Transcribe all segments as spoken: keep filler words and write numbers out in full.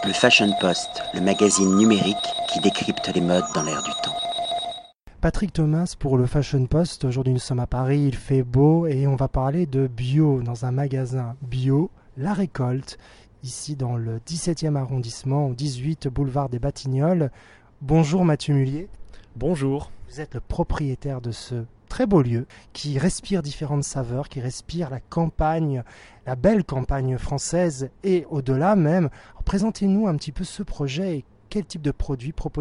Le Fashion Post, le magazine numérique qui décrypte les modes dans l'air du temps. Patrick Thomas pour le Fashion Post. Aujourd'hui nous sommes à Paris, il fait beau et on va parler de bio dans un magasin bio, La Récolte, ici dans le dix-septième arrondissement, au dix-huit boulevard des Batignolles. Bonjour Mathieu Mullier. Bonjour. Vous êtes le propriétaire de ce très beau lieu qui respire différentes saveurs, qui respire la campagne, la belle campagne française et au-delà même. Alors, présentez-nous un petit peu ce projet et quel type de produits proposez-vous ?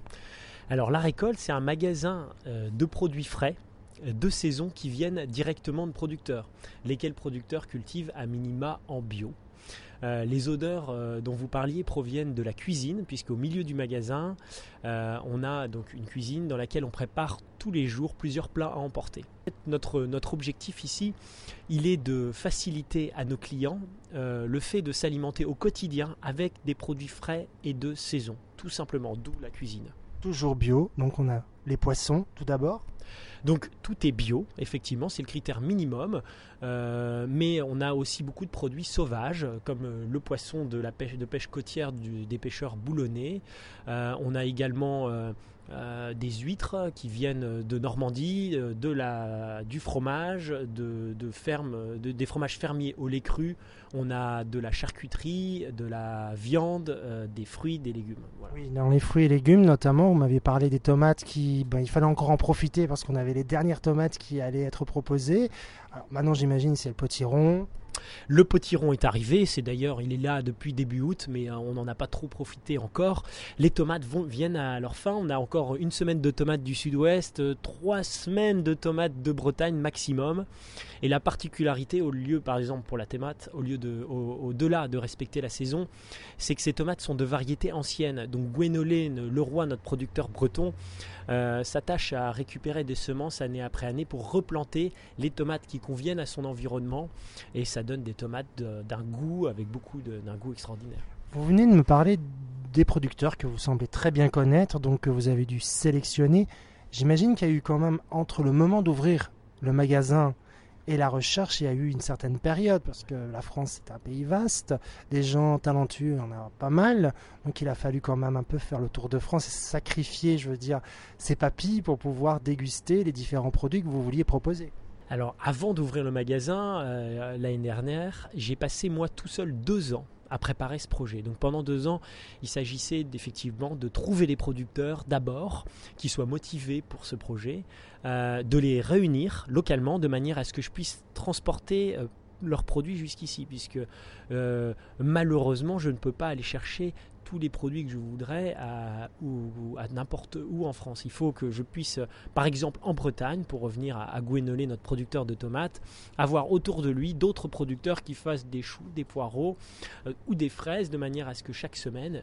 Alors La Récolte, c'est un magasin euh, de produits frais de saison qui viennent directement de producteurs, lesquels producteurs cultivent à minima en bio. Euh, les odeurs euh, dont vous parliez proviennent de la cuisine, puisqu'au milieu du magasin, euh, on a donc une cuisine dans laquelle on prépare tous les jours plusieurs plats à emporter. Notre, notre objectif ici, il est de faciliter à nos clients euh, le fait de s'alimenter au quotidien avec des produits frais et de saison, tout simplement, d'où la cuisine. Toujours bio, donc on a les poissons tout d'abord. Donc tout est bio, effectivement, c'est le critère minimum, euh, mais on a aussi beaucoup de produits sauvages, comme le poisson de la pêche, de pêche côtière du, des pêcheurs boulonnais. Euh, on a également euh, euh, des huîtres qui viennent de Normandie, de la, du fromage, de, de ferme, de, des fromages fermiers au lait cru. On a de la charcuterie, de la viande, euh, des fruits, des légumes. Voilà. Oui, dans les fruits et légumes notamment, vous m'aviez parlé des tomates qui, ben, il fallait encore en profiter parce qu'on avait les dernières tomates qui allaient être proposées. Alors maintenant j'imagine c'est le potiron. Le potiron est arrivé, c'est d'ailleurs, il est là depuis début août, mais on n'en a pas trop profité encore. Les tomates vont, viennent à leur fin, on a encore une semaine de tomates du sud-ouest, trois semaines de tomates de Bretagne maximum. Et la particularité, au lieu, par exemple pour la tomate, au lieu de, au, au-delà de respecter la saison, c'est que ces tomates sont de variété ancienne. Donc Gwenolé, Leroy, notre producteur breton, euh, s'attache à récupérer des semences année après année pour replanter les tomates qui conviennent à son environnement. Et ça donne des tomates de, d'un goût avec beaucoup de, d'un goût extraordinaire. Vous venez de me parler des producteurs que vous semblez très bien connaître, donc que vous avez dû sélectionner. J'imagine qu'il y a eu quand même, entre le moment d'ouvrir le magasin et la recherche, il y a eu une certaine période, parce que la France est un pays vaste, des gens talentueux, on en a pas mal, donc il a fallu quand même un peu faire le tour de France et sacrifier, je veux dire, ses papilles pour pouvoir déguster les différents produits que vous vouliez proposer. Alors, avant d'ouvrir le magasin, euh, l'année dernière, j'ai passé moi tout seul deux ans à préparer ce projet. Donc pendant deux ans, il s'agissait effectivement de trouver les producteurs d'abord, qui soient motivés pour ce projet, euh, de les réunir localement de manière à ce que je puisse transporter euh, leurs produits jusqu'ici, puisque euh, malheureusement, je ne peux pas aller chercher tous les produits que je voudrais à, ou, ou à n'importe où en France. Il faut que je puisse, par exemple en Bretagne, pour revenir à, à Gwenolé, notre producteur de tomates, avoir autour de lui d'autres producteurs qui fassent des choux, des poireaux euh, ou des fraises, de manière à ce que chaque semaine,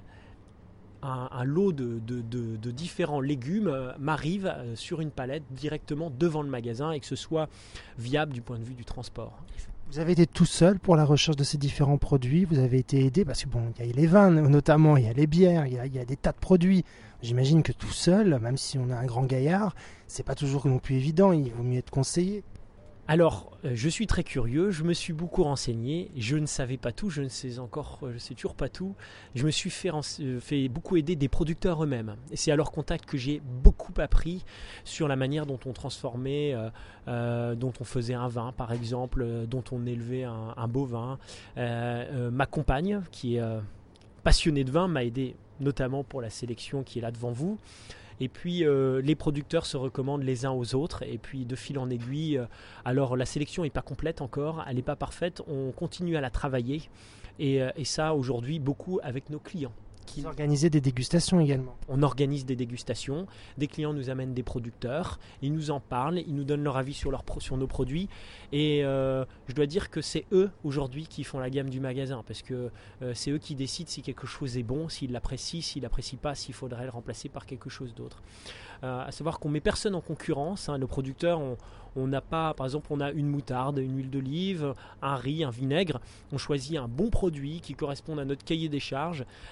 un, un lot de, de, de, de différents légumes euh, m'arrive euh, sur une palette directement devant le magasin et que ce soit viable du point de vue du transport. Vous avez été tout seul pour la recherche de ces différents produits, vous avez été aidé, parce que bon, il y a les vins notamment, il y a les bières, il y a, il y a des tas de produits. J'imagine que tout seul, même si on a un grand gaillard, c'est pas toujours non plus évident, il vaut mieux être conseillé. Alors, euh, je suis très curieux, je me suis beaucoup renseigné, je ne savais pas tout, je ne sais encore, je sais toujours pas tout. Je me suis fait, rense- fait beaucoup aider des producteurs eux-mêmes. Et c'est à leur contact que j'ai beaucoup appris sur la manière dont on transformait, euh, euh, dont on faisait un vin par exemple, euh, dont on élevait un, un bovin. Euh, euh, ma compagne, qui est euh, passionnée de vin, m'a aidé notamment pour la sélection qui est là devant vous. Et puis euh, les producteurs se recommandent les uns aux autres et puis de fil en aiguille, euh, alors la sélection n'est pas complète encore, elle n'est pas parfaite, on continue à la travailler et, euh, et ça aujourd'hui beaucoup avec nos clients. Vous organisez des dégustations également. On organise des dégustations, des clients nous amènent des producteurs, ils nous en parlent, ils nous donnent leur avis sur, leur pro- sur nos produits et euh, je dois dire que c'est eux aujourd'hui qui font la gamme du magasin parce que euh, c'est eux qui décident si quelque chose est bon, s'ils l'apprécient, s'ils l'apprécient pas, s'il faudrait le remplacer par quelque chose d'autre. Euh, à savoir qu'on met personne en concurrence, hein, le producteur, on, on n'a pas, par exemple on a une moutarde, une huile d'olive, un riz, un vinaigre, on choisit un bon produit qui corresponde à notre cahier des charges, mais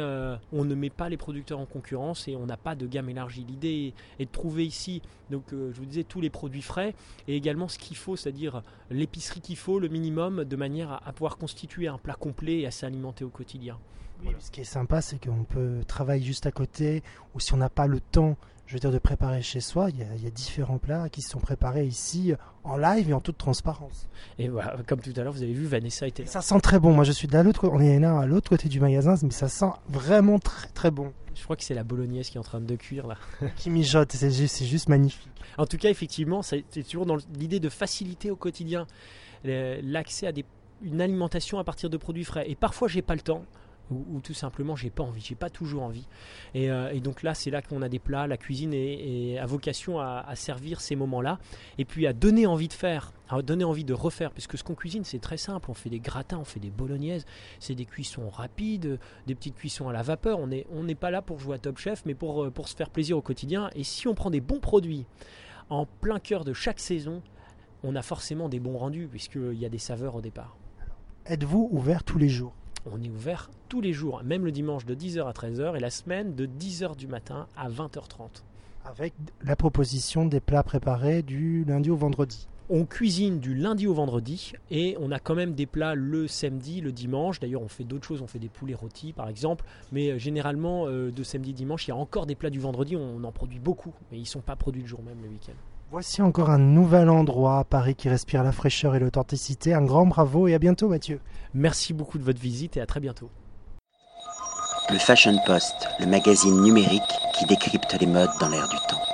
euh, on ne met pas les producteurs en concurrence et on n'a pas de gamme élargie. L'idée est de trouver ici, donc, euh, je vous disais, tous les produits frais et également ce qu'il faut, c'est-à-dire l'épicerie qu'il faut, le minimum, de manière à, à pouvoir constituer un plat complet et à s'alimenter au quotidien. Oui, ce qui est sympa, c'est qu'on peut travailler juste à côté, ou si on n'a pas le temps, je veux dire, de préparer chez soi, il y, a, il y a différents plats qui sont préparés ici en live et en toute transparence. Et voilà, comme tout à l'heure, vous avez vu, Vanessa était là. Ça sent très bon. Moi, je suis de l'autre, on est là à l'autre côté du magasin, mais ça sent vraiment très très bon. Je crois que c'est la bolognaise qui est en train de cuire là. Qui mijote, c'est juste, c'est juste magnifique. En tout cas, effectivement, c'est toujours dans l'idée de faciliter au quotidien l'accès à des, une alimentation à partir de produits frais. Et parfois, j'ai pas le temps. Ou, ou tout simplement j'ai pas envie, j'ai pas toujours envie et, euh, et donc là c'est là qu'on a des plats, la cuisine est, est, a vocation à, à servir ces moments là et puis à donner envie de faire, à donner envie de refaire, puisque ce qu'on cuisine c'est très simple, on fait des gratins, on fait des bolognaises, c'est des cuissons rapides, des petites cuissons à la vapeur, on n'est on n'est pas là pour jouer à Top Chef mais pour, pour se faire plaisir au quotidien, et si on prend des bons produits en plein cœur de chaque saison, on a forcément des bons rendus puisqu'il y a des saveurs au départ. Êtes-vous ouvert tous les jours ? On est ouvert tous les jours, même le dimanche de dix heures à treize heures et la semaine de dix heures du matin à vingt heures trente. Avec la proposition des plats préparés du lundi au vendredi. On cuisine du lundi au vendredi et on a quand même des plats le samedi, le dimanche. D'ailleurs, on fait d'autres choses, on fait des poulets rôtis par exemple. Mais généralement, euh, de samedi, dimanche, il y a encore des plats du vendredi. On en produit beaucoup, mais ils ne sont pas produits le jour même, le week-end. Voici encore un nouvel endroit à Paris qui respire la fraîcheur et l'authenticité. Un grand bravo et à bientôt, Mathieu. Merci beaucoup de votre visite et à très bientôt. Le Fashion Post, le magazine numérique qui décrypte les modes dans l'air du temps.